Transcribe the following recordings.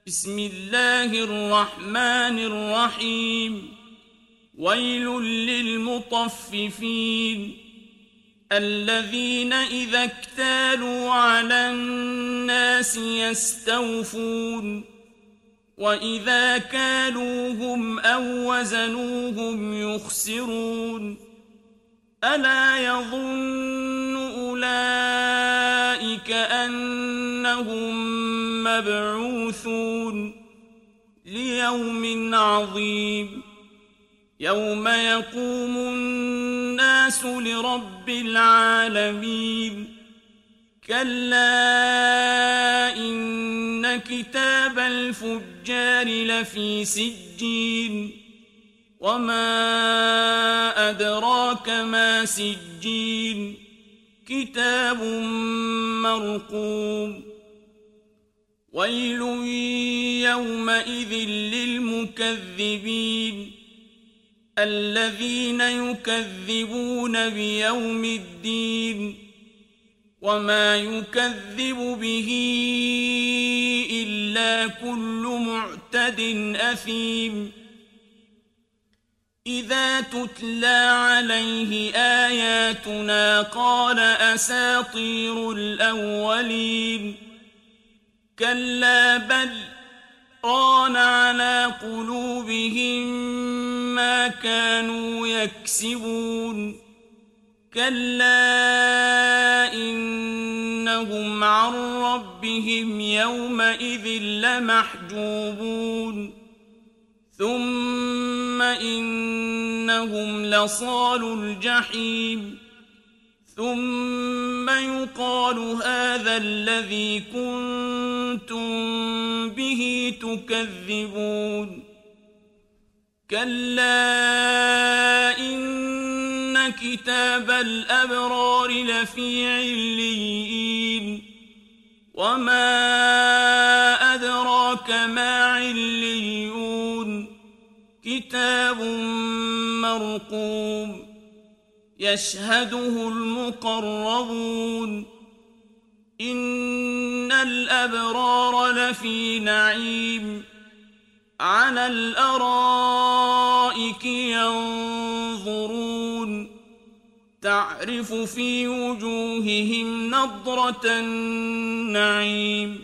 بسم الله الرحمن الرحيم. ويل للمطففين الذين إذا اكتالوا على الناس يستوفون وإذا كالوهم أو وزنوهم يخسرون ألا يظن أولئك أنهم مبعوثون ليوم عظيم يوم يقوم الناس لرب العالمين كلا إن كتاب الفجار لفي سجين وما أدراك ما سجين كتاب مرقوم ويل يومئذ للمكذبين الذين يكذبون بيوم الدين وما يكذب به إلا كل معتد أثيم إذا تتلى عليه آياتنا قال أساطير الأولين كلا بل ران على قلوبهم ما كانوا يكسبون كلا إنهم عن ربهم يومئذ لمحجوبون ثم إنهم لصالو الجحيم ثم يقال هذا الذي كنتم به تكذبون كلا إن كتاب الأبرار لفي عليين وما أدراك ما عليون كتاب مرقوم يشهده المقربون إن الأبرار لفي نعيم على الأرائك ينظرون تعرف في وجوههم نضرة النعيم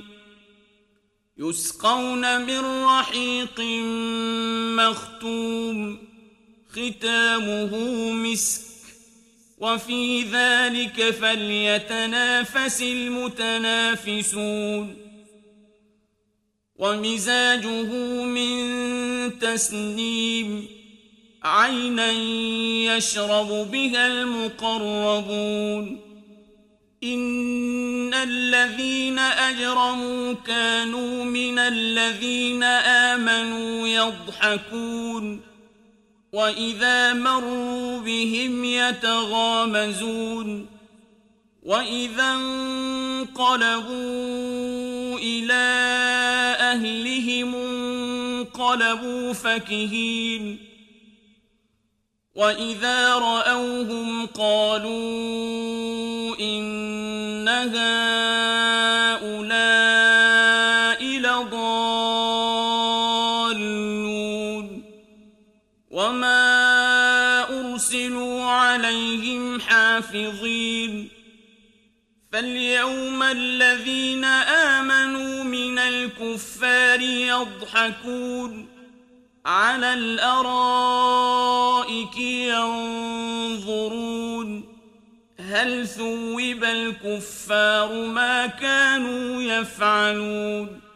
يسقون من رحيق مختوم ختامه مسك وفي ذلك فليتنافس المتنافسون ومزاجه من تسنيم عينا يشرب بها المقربون إن الذين أجرموا كانوا من الذين آمنوا يضحكون وإذا مروا بهم يتغامزون وإذا انقلبوا إلى أهلهم انقلبوا فكهين وإذا رأوهم قالوا إن هؤلاء لضالون وما أرسلوا عليهم حافظين فاليوم الذين آمنوا من الكفار يضحكون على الأرائك ينظرون هل ثوب الكفار ما كانوا يفعلون